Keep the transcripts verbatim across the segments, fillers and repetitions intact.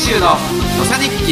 集の土佐日記。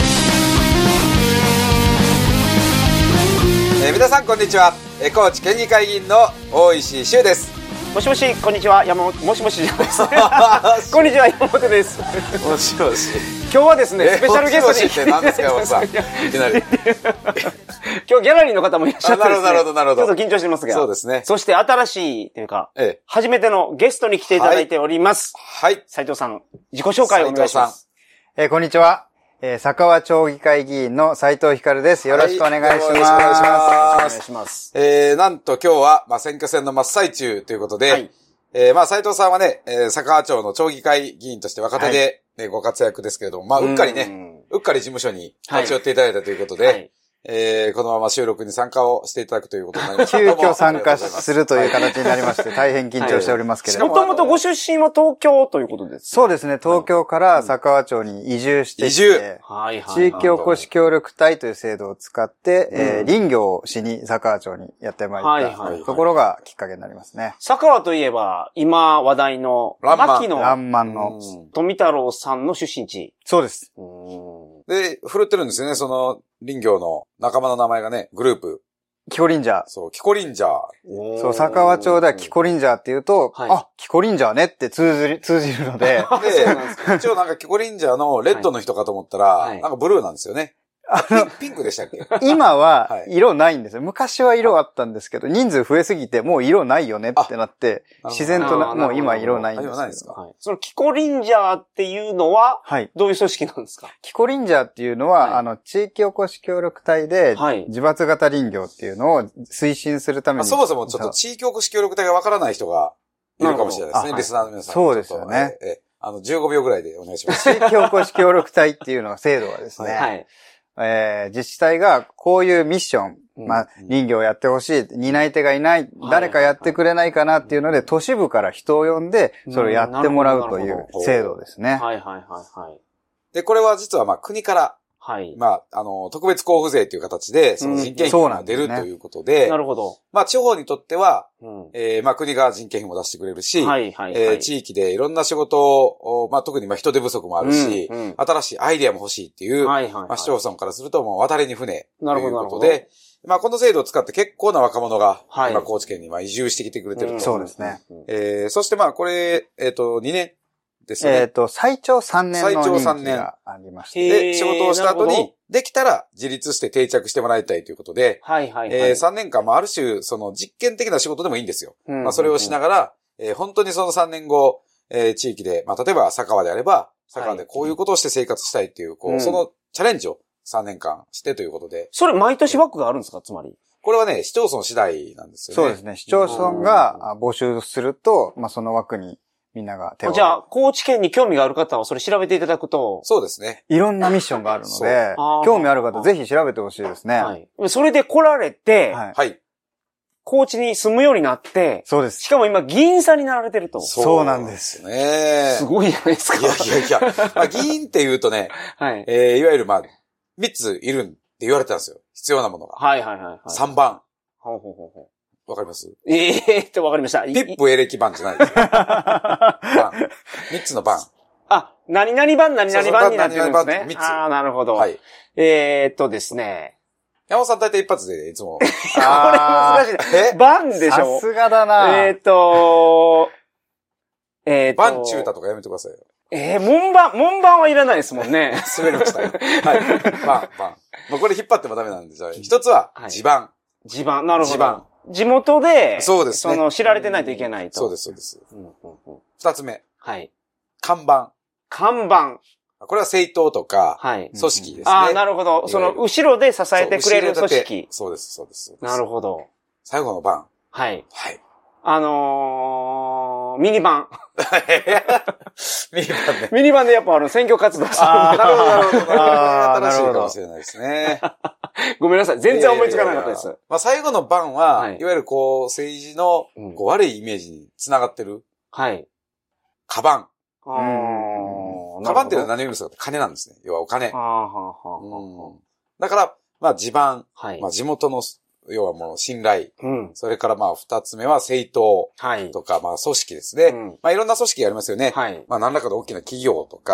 えー、皆さんこんにちは。えー、高知県議会議員の大石修です。 もしもし、こんにちは、山本、もしもしじゃないです。こんにちは、山本です。 もしもし。 今日はですね、スペシャルゲストに。 もしもしって何ですか、山本さん。いきなり。 今日ギャラリーの方もいらっしゃってですね。 なるほど、なるほど。 ちょっと緊張してますが。 そうですね。 そして新しいというか、 ええ、 初めてのゲストに来ていただいております。 はい。 斉藤さん、自己紹介をお願いします。 えー、こんにちは。えー、佐川町議会議員の斉藤光です。よろしくお願いします。 はい、よろしくお願いします。 お願いします。 えー、なんと今日は、まあ、選挙戦の真っ最中ということで、はい、えー、まあ、斉藤さんはね、えー、佐川町の町議会議員として若手で、ね、はい、ご活躍ですけれども、まあ、うっかりね、うっかり事務所に立ち寄っていただいたということで、はいはい、えー、このまま収録に参加をしていただくということになりました。 急遽参加するという形になりまして、大変緊張しておりますけれども。 もともとご出身は東京ということですか？ そうですね、東京から佐川町に移住してきて、 移住、 地域おこし協力隊という制度を使って、うん、えー、林業をしに佐川町にやってまいったところがきっかけになりますね。 佐川といえば、今話題の、牧野らんまんの富太郎さんの出身地。 そうです。 で、振るってるんですよね、その、林業の仲間の名前がね、グループ。 キコリンジャー。 そう、キコリンジャー。そう、佐川町ではキコリンジャーって言うと、はい、あ、キコリンジャーねって通じる、通じるので。で、 一応なんかキコリンジャーのレッドの人かと思ったら、はい、なんかブルーなんですよね。あのピンクでしたっけ？ 今は色ないんですよ。昔は色あったんですけど、人数増えすぎてもう色ないよねってなって、自然となもう今色ないんですよ。 ないですか？はい、 そのキコリンジャーっていうのは、はい、どういう組織なんですか？ キコリンジャーっていうのは、はい、あの、地域おこし協力隊で、はい、自伐型林業っていうのを推進するために。 そもそもちょっと地域おこし協力隊がわからない人がいるかもしれないですね、リスナーの皆さん。 そうですよね。 ええ、あの、じゅうごびょうぐらいでお願いします。 地域おこし協力隊っていうのは制度はですね、はい、えー、自治体がこういうミッション、まあ、林業をやってほしい、担い手がいない、誰かやってくれないかなっていうので、都市部から人を呼んで、それをやってもらうという制度ですね。 はいはいはいはい。 で、これは実はまあ国から、はい。まあ、あの、特別交付税という形で、その人件費が出るということで、 なるほど。 まあ、地方にとっては、えー、まあ、国が人件費も出してくれるし、はいはいはい。えー、地域でいろんな仕事を、まあ、特にまあ人手不足もあるし、新しいアイデアも欲しいっていう、はいはい。まあ、市町村からするともう渡りに船ということで、まあ、この制度を使って結構な若者が、今、高知県にまあ移住してきてくれてると。 そうですね。 えー、そしてまあ、これ、えっと、にねん。ですね、 えっ、ー、と、最長さんねんの任期がありまして。 で、仕事をした後に、できたら自立して定着してもらいたいということで、はいはいはい。えー、さんねんかんもある種、その実験的な仕事でもいいんですよ。うんうんうん、まあそれをしながら、えー、本当にそのさんねんご、えー、地域で、まあ例えば佐川であれば、佐川でこういうことをして生活したいっていう、こう、うん、そのチャレンジをさんねんかんしてということで。 それ毎年枠があるんですか、つまり。 これはね、市町村次第なんですよね。 そうですね。市町村が募集すると、まあその枠に、みんなが手を。 じゃあ、高知県に興味がある方はそれ調べていただくと。 そうですね。 いろんなミッションがあるので、興味ある方ぜひ調べてほしいですね。 はい。それで来られて、はい。高知に住むようになって、 そうです。 しかも今議員さんになられてると。 そうなんですね。 すごいじゃないですか。 いやいやいや、まあ、議員って言うとね、はい。えー、いわゆるまあ、三ついるって言われてたんですよ。必要なものが。はいはいはい、はい。三番。 ほうほうほうほう。 わかります？ ええー、ってわかりました。 ピップエレキ番じゃないですか。番。三つの番。 あ、何々番、何々番になってるんですね。 三つ。 ああ、なるほど。はい。えーっとですね。 山本さん大体一発でいつも。 これ難しいな。え番でしょ？ さすがだな。 えーっと、えーっと。 番中太とかやめてくださいよ。 えー、門番、門番はいらないですもんね。 滑りましたよ。はい。番、番。もうこれ引っ張ってもダメなんで、じゃあ、一つは、地番。 地番、なるほど。地番。地元で、 そうですね。 その、知られてないといけないと。 そうです、そうです。二つ目。 はい。 看板。 看板。 これは政党とか、はい。組織ですね。 ああ、なるほど。その、後ろで支えてくれる組織。 そうです、そうです。 なるほど。 最後の番。 はい。 はい。 あのー、ミニバン。 ミニバンね。 ミニバンでやっぱあの、選挙活動する。 ああ、なるほど、なるほど。新しいかもしれないですね。 ごめんなさい。全然思いつかなかったです。いやいやいやまあ最後の番は、はい、いわゆるこう、政治のこう悪いイメージにつながってる。はい。カバン。ああ。カバンっていうのは何を言うんですか？金なんですね。要はお金。はあはあはあ、だから、まあ地盤。はい。まあ地元の、要はもう信頼。うん。それからまあ二つ目は政党。はい。とか、まあ組織ですね。うん。まあいろんな組織がありますよね。はい。まあ何らかの大きな企業とか、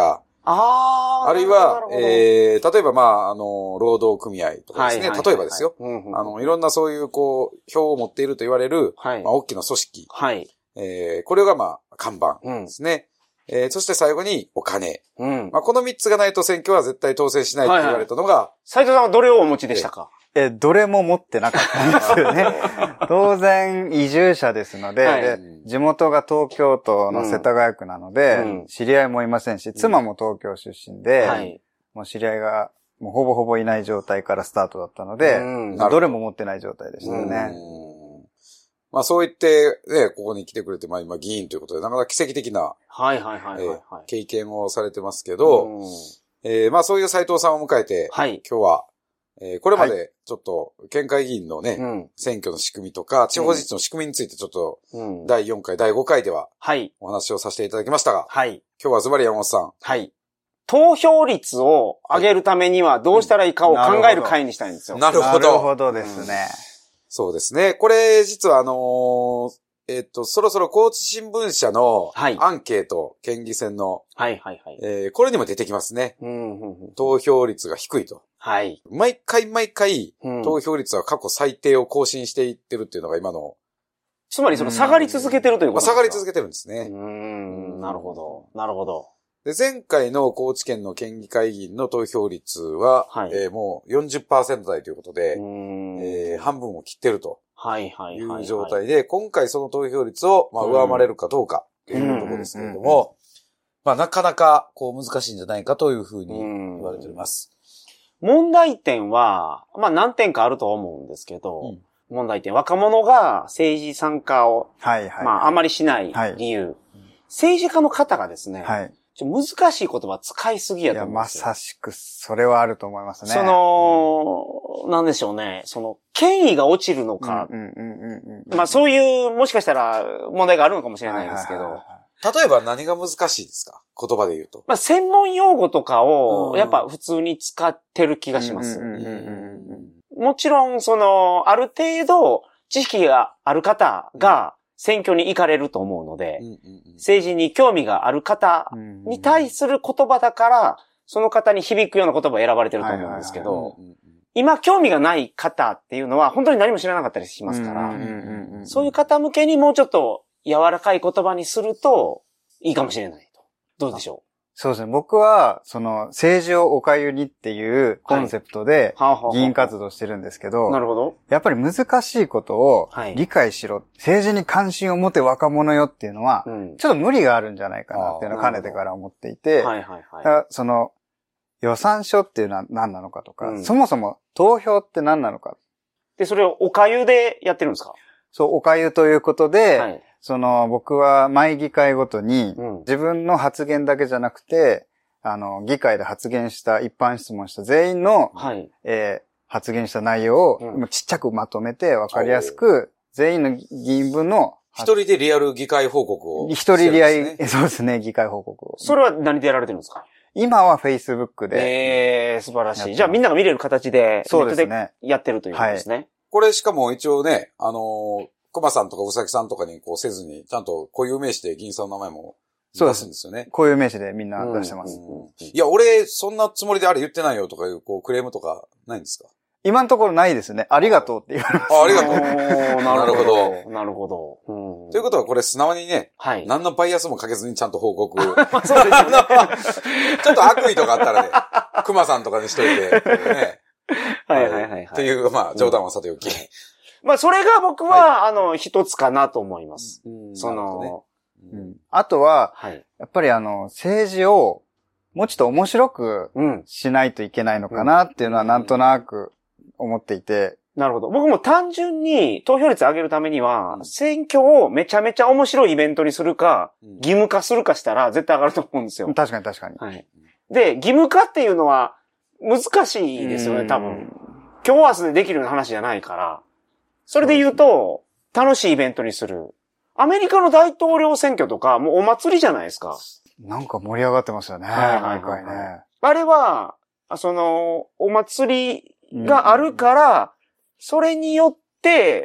ああ。 あるいは、えー、例えばまあ、あの、労働組合とかですね。例えばですよ。あの、いろんなそういうこう、票を持っていると言われる、はい、まあ、大きな組織。はい。えー、これがまあ、看板ですね。うん、えー、そして最後にお金。うん。まあ、この三つがないと選挙は絶対当選しないって言われたのが。 斉藤さんはどれをお持ちでしたか？ え、どれも持ってなかったんですよね。当然、移住者ですので、はい、で、地元が東京都の世田谷区なので、うん、知り合いもいませんし、妻も東京出身で、はい、もう知り合いがもうほぼほぼいない状態からスタートだったので、うん、どれも持ってない状態でしたよね。 うん、まあそう言って、ね、ここに来てくれて、まあ今議員ということで、なかなか奇跡的な、はいはいはいはい、はいえー、経験をされてますけど、うんえー、まあそういう斉藤さんを迎えて、はい、今日は、えー、これまでちょっと県会議員のね、はい、選挙の仕組みとか、地方自治の仕組みについてちょっと、うん、だいよんかい、だいごかいでは、はい、お話をさせていただきましたが、はい、今日はズバリ山本さん。 はい。投票率を上げるためにはどうしたらいいかを考える会にしたいんですよ。 なるほど。 なるほどですね。うん、 そうですね。これ実はあのー、えっと、そろそろ高知新聞社のアンケート、はい、県議選の、はいはいはい。えー、これにも出てきますね。うんうんうん、投票率が低いと。はい。毎回毎回、投票率は過去最低を更新していってるっていうのが今の。 つまりその下がり続けてるということですか？ まあ、下がり続けてるんですね。 うーん、なるほど。なるほど。 で、前回の高知県の県議会議員の投票率は、はい、えー、もう よんじゅっパーセント 台ということで、えー、半分を切ってると。はいはいはい。いう状態で、今回その投票率を、まあ、上回れるかどうかというところですけれども、まあ、なかなか、こう、難しいんじゃないかというふうに言われております。 問題点は、まあ、何点かあると思うんですけど、うん、問題点、若者が政治参加を、はいはい、まあ、あまりしない理由、はい、政治家の方がですね、はい、ちょ難しい言葉使いすぎやと思うんですよ。 いや、まさしく、それはあると思いますね。 その、うん、なんでしょうね。その、権威が落ちるのか。まあ、そういう、もしかしたら、問題があるのかもしれないですけど。 例えば何が難しいですか？言葉で言うと。 まあ、専門用語とかを、やっぱ普通に使ってる気がします。もちろん、その、ある程度、知識がある方が、選挙に行かれると思うので、うんうんうん、政治に興味がある方に対する言葉だから、その方に響くような言葉を選ばれてると思うんですけど、今興味がない方っていうのは本当に何も知らなかったりしますから、そういう方向けにもうちょっと柔らかい言葉にするといいかもしれないと。どうでしょう？ そうですね。僕は、その、政治をおかゆにっていうコンセプトで、議員活動してるんですけど、なるほど。やっぱり難しいことを理解しろ。はい、政治に関心を持て若者よっていうのは、うん、ちょっと無理があるんじゃないかなっていうのをかねてから思っていて、はいはいはい、その、予算書っていうのは何なのかとか、うん、そもそも投票って何なのか。 で、それをおかゆでやってるんですか？ そう、おかゆということで、はい、その、僕は毎議会ごとに、自分の発言だけじゃなくて、あの、議会で発言した、一般質問した全員の、はい、えー、発言した内容を、うん、ちっちゃくまとめて分かりやすく、全員の議員分の、 一人でリアル議会報告を、 ね。一人リアル、そうですね、議会報告を。 それは何でやられてるんですか？ 今は Facebook で。 ええー、素晴らしい。じゃあみんなが見れる形で、そうですね。やってるということですね。はい、 これしかも一応ね、あのー、熊さんとかうさぎさんとかにこうせずに、ちゃんと固有名詞で議員さんの名前も出すんですよね。 固有名詞でみんな出してます。 うんうん、いや、俺、そんなつもりであれ言ってないよとかいう、こう、クレームとかないんですか？ 今のところないですね。ありがとうって言われます。 あ、ありがとう。なるほど。 なるほど。 うん、ということは、これ素直にね、はい、何のバイアスもかけずにちゃんと報告。そうですね。 ちょっと悪意とかあったらね、熊さんとかにしといて、ね。 はいはいはい、はい。 っていう、まあ、冗談はさておき。うんまあ、それが僕は、はい、あの、一つかなと思います。うん、その、ねうん、あとは、はい、やっぱりあの、政治をもうちょっと面白くしないといけないのかなっていうのはなんとなく思っていて。 なるほど。僕も単純に投票率上げるためには、うん、選挙をめちゃめちゃ面白いイベントにするか、うん、義務化するかしたら絶対上がると思うんですよ。 確かに確かに。 はい。で、義務化っていうのは難しいですよね、多分。今日明日でできるような話じゃないから。それで言うと、楽しいイベントにする。アメリカの大統領選挙とか、もうお祭りじゃないですか。 なんか盛り上がってますよね。はいはいはい、ね。 あれは、その、お祭りがあるから、それによって、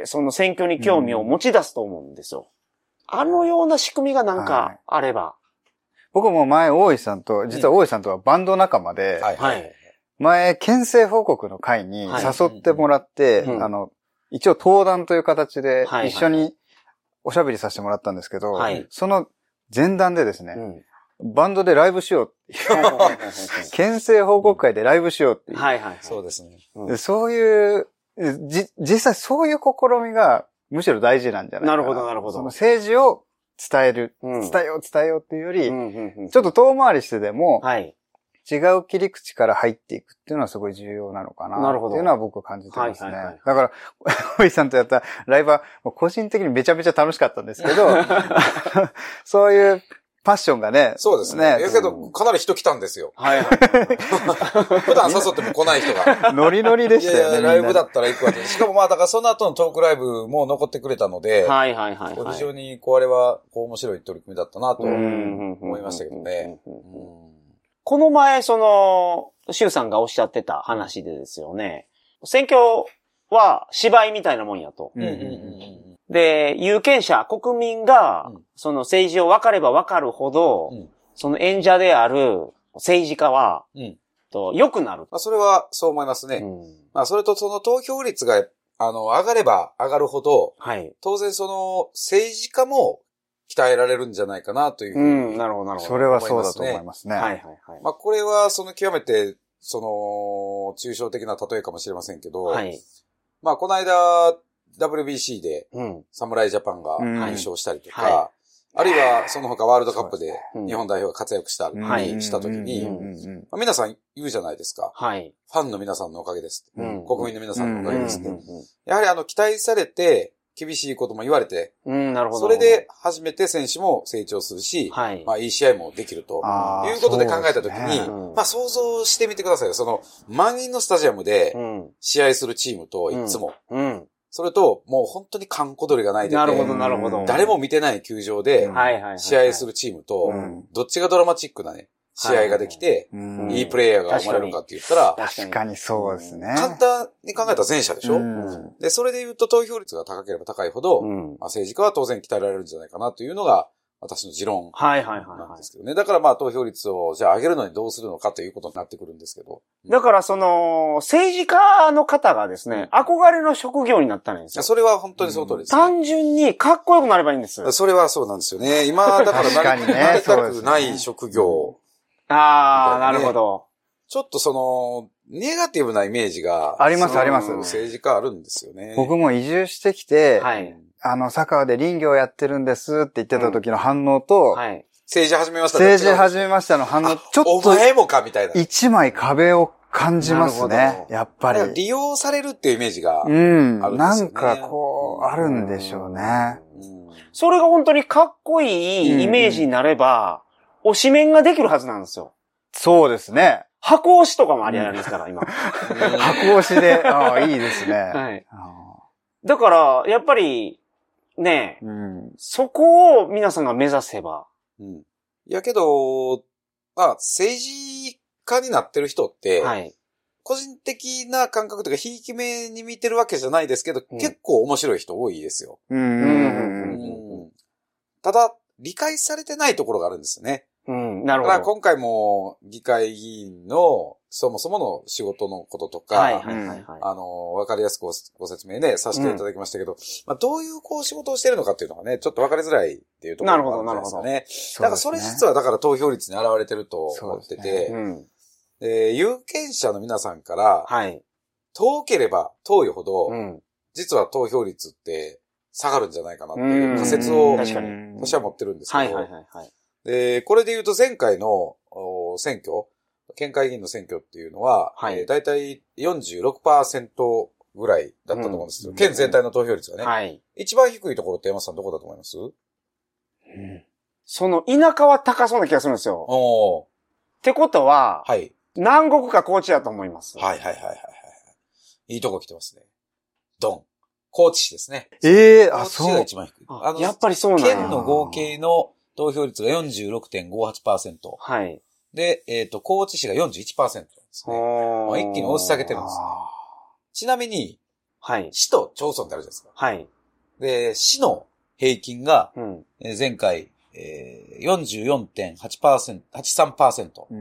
その選挙に興味を持ち出すと思うんですよ。あのような仕組みがなんかあれば。はい、 僕も前、大井さんと、実は大井さんとはバンド仲間で、 はいはい。 前、県政報告の会に誘ってもらって、はい、あの、一応登壇という形で一緒におしゃべりさせてもらったんですけど、はい、その前段でですね、うん、バンドでライブしようっていう。県政報告会でライブしようっていう。 はいはいはい、 そうですね。 うん、そういう、じ、実際そういう試みがむしろ大事なんじゃないかな。 なるほどなるほど。 その政治を伝える、うん、伝えよう伝えようっていうより、うんうんうん、ちょっと遠回りしてでも、はい、違う切り口から入っていくっていうのはすごい重要なのかなっていうのは僕は感じてますね。はいはいはい、だから、大井さんとやったライブは個人的にめちゃめちゃ楽しかったんですけど、そういうパッションがね。 そうですね。だけど、かなり人来たんですよ。はいはい。普段誘っても来ない人が。 ノリノリでしたよね。 いやいや、ライブだったら行くわけ。しかもまあ、だからその後のトークライブも残ってくれたので、はいはいはい、はい。非常に、こう、あれは、こう、面白い取り組みだったなと思いましたけどね。 この前、その、シュウさんがおっしゃってた話でですよね。選挙は芝居みたいなもんやと。うんうんうん、で、有権者、国民が、うん、その政治を分かれば分かるほど、うん、その演者である政治家は、うん、と良くなる。 まあ、それはそう思いますね。うん、まあ、それとその投票率が、あの、上がれば上がるほど、はい、当然その政治家も鍛えられるんじゃないかなというふうに、うん、 なるほど、なるほど。それはそうだと思いますね。はいはいはい。まあ、これはその極めて、その、抽象的な例えかもしれませんけど、はい、まあ、この間、ダブリュービーシー で、侍ジャパンが優勝したりとか、うんはい、あるいはその他ワールドカップで日本代表が活躍したりしたときに、皆さん言うじゃないですか。はい、ファンの皆さんのおかげです。うん、国民の皆さんのおかげです、ね。やはりあの、期待されて、厳しいことも言われて、うん、なるほどそれで初めて選手も成長するし、はい、まあいい試合もできるということで考えたときに、ねうん、まあ想像してみてくださいよ。その満員のスタジアムで試合するチームといつも、うんうんそれと、もう本当に観光鳥がないでて、なるほど、なるほど。誰も見てない球場で、試合するチームと、どっちがドラマチックなね、試合ができて、いいプレイヤーが生まれるかって言ったら、 確かにそうですね。 簡単に考えたら前者でしょ、うん、で、それで言うと投票率が高ければ高いほど、うん、まあ、政治家は当然鍛えられるんじゃないかなというのが、私の持論なんですけどね。だからまあ投票率をじゃあ上げるのにどうするのかということになってくるんですけど。 だからその、政治家の方がですね、憧れの職業になったんですよ。 それは本当にその通りですね、 うん。単純にかっこよくなればいいんです。 それはそうなんですよね。今、だからなり、ね、なりたくない職業、 ね。ああ、なるほど。 ちょっとその、ネガティブなイメージが。 あります、あります。 政治家あるんですよね。 僕も移住してきて、はい。あの、佐川で林業やってるんですって言ってた時の反応と、うんはい、 政治始めました政治始めましたの反応、ちょっと、 お前もかみたいな。 一枚壁を感じますね。やっぱり。 利用されるっていうイメージがあるんですよね。 うん。なんかこう、あるんでしょうね。 うん、それが本当にかっこいいイメージになれば、うん、推しメンができるはずなんですよ。 そうですね。 箱推しとかもありありですから、今。 箱推しで、ああ、いいですね。はい。 だから、やっぱり、ねえ、うん、そこを皆さんが目指せば。 うん。やけど、まあ、政治家になってる人って、はい、個人的な感覚というか、ひいき目に見てるわけじゃないですけど、うん、結構面白い人多いですよ。うんうんうん、ただ、理解されてないところがあるんですよね。うん、なるほど。だから今回も議会議員のそもそもの仕事のこととか、はいはいはいはい、あの、わかりやすくご説明ね、させていただきましたけど、うん、まあ、どういうこう仕事をしているのかっていうのがね、ちょっとわかりづらいっていうところがあるんですよね。なるほど、なるほど。だからそれ実はだから投票率に現れてると思ってて、ねうん、で有権者の皆さんから、はい、遠ければ遠いほど、うん、実は投票率って下がるんじゃないかなっていう仮説を私は持ってるんですけど、はいはいはいはいで、これで言うと前回の選挙、県会議員の選挙っていうのは、はいえー、だいたい よんじゅうろくパーセント ぐらいだったと思うんですよ。うん、県全体の投票率がね、はい。一番低いところって山本さんどこだと思います？うん、 その田舎は高そうな気がするんですよ。おってことは、はい。南国か高知だと思います。 はいはいはいはいはい。いいとこ来てますね。ドン。高知市ですね。 ええー、あ、 そう。高知市が一番低い。 あの、やっぱりそうなんだ。 県の合計の投票率が よんじゅうろくてんごはちパーセント。はい。で、えっ、ー、と、高知市が よんじゅういちパーセント ですね。まあ、一気に押し下げてるんですね。ちなみに、はい。市と町村ってあるじゃないですか。はい。で、市の平均が、うん、前回えー、よんじゅうよんてんはちパーセント、はちじゅうさんパーセント。うん、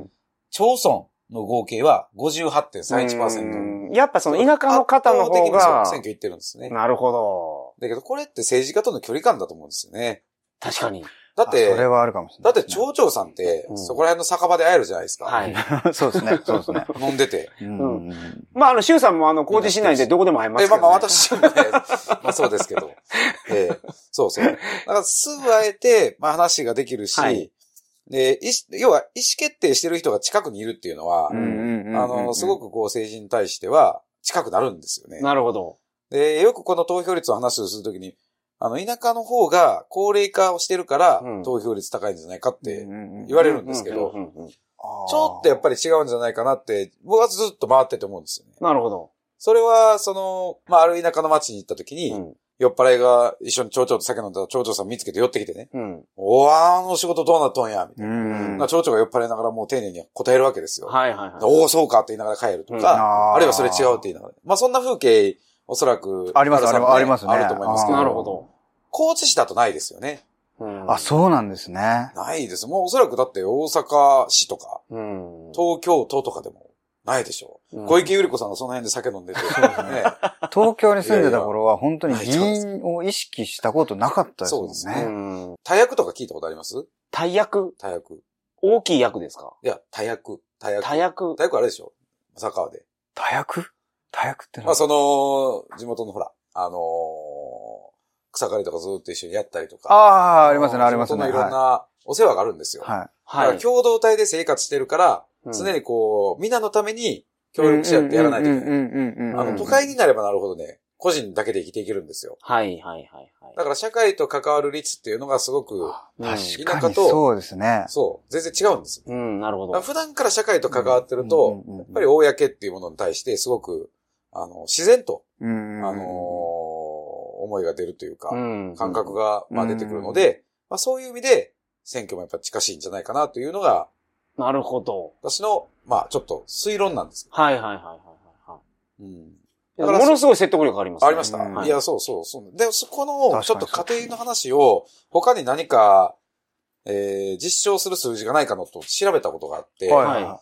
町村の合計は ごじゅうはちてんさんいちパーセント。 やっぱその田舎の方の方が。 選挙行ってるんですね。 なるほど。 だけどこれって政治家との距離感だと思うんですよね。 確かに。 だって、 それはあるかもしれない、 ね。だって町長さんって、そこら辺の酒場で会えるじゃないですか。 はい。 そうですね。そうですね。 飲んでて。 うん。まあ、あの、周さんもあの、工事市内でどこでも会えますけど、ね。 まあまあ私もね、まあそうですけど。えー、そうそう。だからすぐ会えて、まあ話ができるし、はい、で、要は意思決定してる人が近くにいるっていうのは、あの、すごくこう政治に対しては近くなるんですよね。 なるほど。 で、よくこの投票率の話をするときに、あの、田舎の方が高齢化をしてるから、投票率高いんじゃないかって言われるんですけど、ちょっとやっぱり違うんじゃないかなって、僕はずっと回ってて思うんですよね。 なるほど。 それは、その、まあ、ある田舎の町に行った時に、うん、酔っ払いが一緒に町長と酒飲んだら町長さん見つけて寄ってきてね、うん、おー、あの仕事どうなっとんや、みたいな。うん、町長が酔っ払いながらもう丁寧に答えるわけですよ。はいはいはい。おー、そうかって言いながら帰るとか、うん、あ, あるいはそれ違うって言いながら。まあ、そんな風景、おそらく、 あります、ね、ありますね。 あると思いますけど。 なるほど。 高知市だとないですよね。 うん、あ、そうなんですね。 ないです。もうおそらくだって大阪市とか、うん、東京都とかでもないでしょう。うん、小池百合子さんがその辺で酒飲んでて、ね。 東京に住んでた頃は本当に議員を意識したことなかったですもんね。そうですね。 大役とか聞いたことあります？ 大役？ 大役。 大きい役ですか？ いや、大役。大役。 大役。 大役あれでしょ？佐川で。 大役？大役ってのはまあその、地元のほら、あのー、草刈りとかずっと一緒にやったりとか。 ああ、ありますね、ありますね。 いろんなお世話があるんですよ。はい。はい。共同体で生活してるから、うん、常にこう、みんなのために協力し合ってやらないといけない。あの、都会になればなるほどね、個人だけで生きていけるんですよ。 はいはいはいはい。 だから社会と関わる率っていうのがすごく、 確かにそうですね。 そう、全然違うんですよ。 うん、なるほど。 普段から社会と関わってると、やっぱり公っていうものに対してすごく、あの、自然と、あのー、思いが出るというか、うん、感覚が、まあ、出てくるので、うん、まあ、そういう意味で、選挙もやっぱ近しいんじゃないかなというのが、 なるほど。 私の、まあ、ちょっと推論なんです。 はいはいはいはいはい。うん。だからものすごい説得力ありますね。 ありました。うん、いや、そうそうそう。で、そこの、ちょっと家庭の話を、他に何か、えー、実証する数字がないかのと調べたことがあって、はいはい、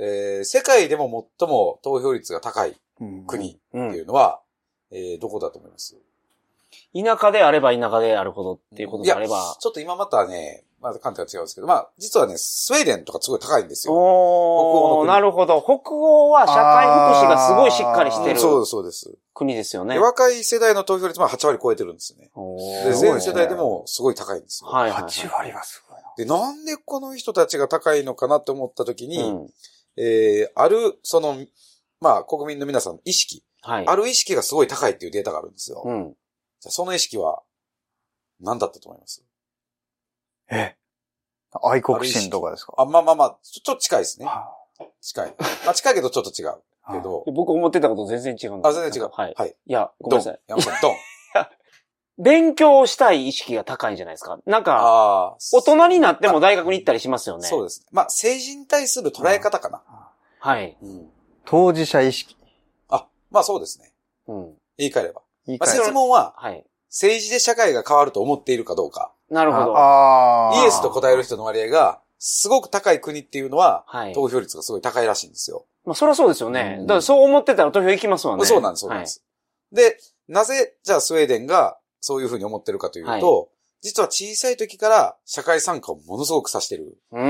えー、世界でも最も投票率が高い国っていうのは、うんうん、えー、どこだと思います？ 田舎であれば田舎であるほどっていうことであれば。いや、 ちょっと今またね、まだ観点が違うんですけど、まあ、実はね、スウェーデンとかすごい高いんですよ。 おー、なるほど。北欧は社会福祉がすごいしっかりしてる。 そうです、そうです。 国ですよね。 若い世代の投票率ははち割超えてるんですよね。で、全世代でもすごい高いんですよ。 はい、 はち割はすごいな。 で、なんでこの人たちが高いのかなって思ったときに、うん、えー、ある、その、まあ、国民の皆さんの意識。はい。ある意識がすごい高いっていうデータがあるんですよ。うん。じゃあその意識は何だったと思います？ え愛国心とかですか？ あ、まあまあまあ、ちょっと近いですね。はあ、近い。まあ近いけどちょっと違う。けど。 僕思ってたこと全然違うんです。 あ、全然違う。 はい。 はい。 いや、ごめんなさい。 山本さん、ドン。 勉強したい意識が高いんじゃないですか。なんか、大人になっても大学に行ったりしますよね。 そうです。まあ、政治に対する捉え方かな。 はい、 うん。当事者意識。 あ、まあそうですね。うん。言い換えれば。言い換えれば。まあ、質問は、はい。政治で社会が変わると思っているかどうか。 なるほど。 あイエスと答える人の割合が、すごく高い国っていうのは、はい、投票率がすごい高いらしいんですよ。 まあ、そりゃそうですよね。うん、だからそう思ってたら投票行きますわね。 そうなんです、そうなんです。はい、で、なぜ、じゃあスウェーデンがそういうふうに思ってるかというと、はい、実は小さい時から社会参加をものすごくさしてる。うん。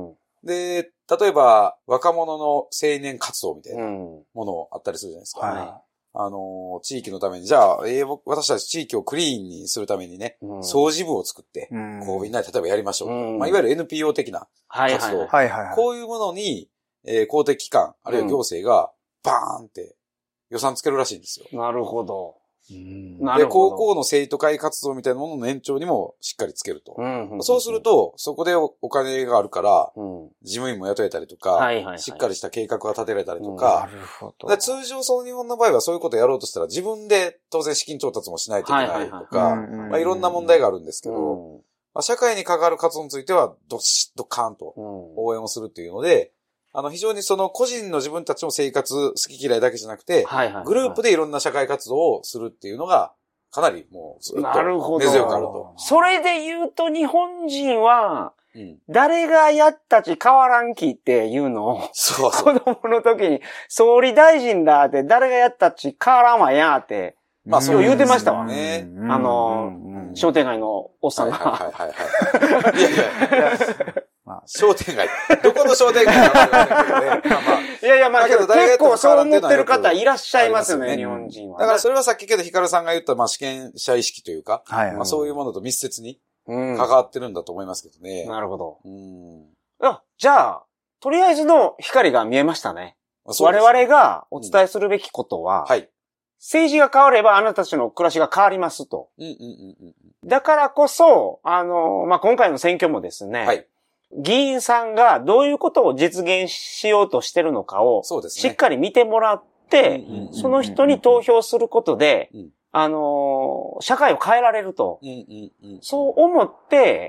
で、例えば、若者の青年活動みたいなものあったりするじゃないですか。はい。あの、地域のために、じゃあ、えー、私たち地域をクリーンにするためにね、うん、掃除部を作って、うん、こうみんなで例えばやりましょう。うん、まあ、いわゆる エヌピーオー 的な活動。はいはいはい。こういうものに、えー、公的機関、あるいは行政が、バーンって予算つけるらしいんですよ。 なるほど。 うんで、高校の生徒会活動みたいなものの延長にもしっかりつけると。うんうん、そうすると、そこで お, お金があるから、うん、事務員も雇えたりとか、はいはいはい、しっかりした計画が立てられたりとか、うん、なるほど。通常その日本の場合はそういうことをやろうとしたら自分で当然資金調達もしないといけないとか、まあいろんな問題があるんですけど、うんまあ、社会に関わる活動についてはどっしドカーンと応援をするっていうので、あの、非常にその個人の自分たちの生活、好き嫌いだけじゃなくて、はいはいはい、グループでいろんな社会活動をするっていうのがかなりもうずっと根強くあると。 それで言うと日本人は、うん、誰がやったち変わらんきっていうのを、そうそう子供の時に総理大臣だって誰がやったち変わらんわやって、まあそう言うてましたわね。あの、商店街のおっさんが。はいはいはいはい。いやいや、 まあ、商店街。どこの商店街かわかりませんけどね。まあまあ、 いやいや、まあ結構そう思ってる方いらっしゃいますよね、日本人は。 だからそれはさっきけどヒカルさんが言ったまあ試験者意識というか、はいまあそういうものと密接に関わってるんだと思いますけどね。 うん、なるほど。うん。あ、じゃあ、とりあえずの光が見えましたね。我々がお伝えするべきことは、うん、はい。政治が変わればあなたたちの暮らしが変わりますと。うんうんうんうん、だからこそ、あの、まあ、今回の選挙もですね、はい、議員さんがどういうことを実現しようとしてるのかを、そうですね、しっかり見てもらって、その人に投票することで、うん、あの、社会を変えられると、うんうんうん、そう思って、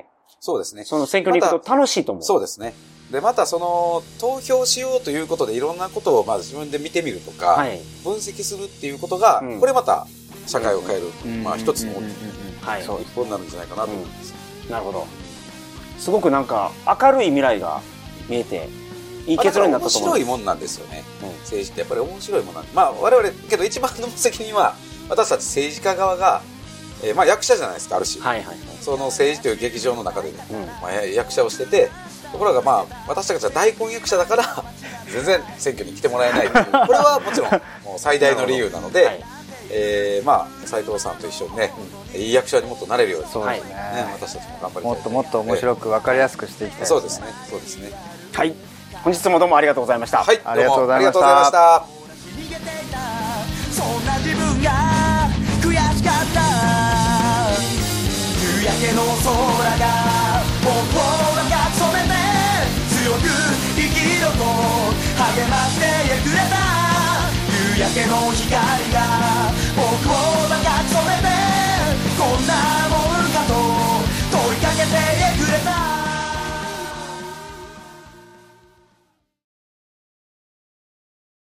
そうですね。 その選挙に行くと楽しいと思う。 そうですね。で、またその、投票しようということでいろんなことをまず自分で見てみるとか、はい、分析するっていうことが、うん、これまた社会を変える、うん、まあ一つの大きな一歩になるんじゃないかなと思います。 うん、なるほど。すごくなんか明るい未来が見えて、いい結論になったと思う。 面白いもんなんですよね。うん、政治ってやっぱり面白いもんなんで。まあ我々、けど一番の責任は、私たち政治家側が、えー、まあ役者じゃないですか、ある種。はいはいはい、その政治という劇場の中で、ねうんまあ、役者をしてて、ところがまあ私たちは大根役者だから全然選挙に来てもらえないというこれはもちろんもう最大の理由なので、はいえー、まあ斉藤さんと一緒にね、うん、いい役者にもっとなれるようにそうですね、ね私たちも頑張りたい、 もっともっと面白く分かりやすくしていきたい、ね、 そうですねそうですねはい本日もどうもありがとうございましたはいありがとうございましたそんな自分が悔しかった夕焼けの空が僕を赤く染めて強く生きろと励ましてくれた夕焼けの光が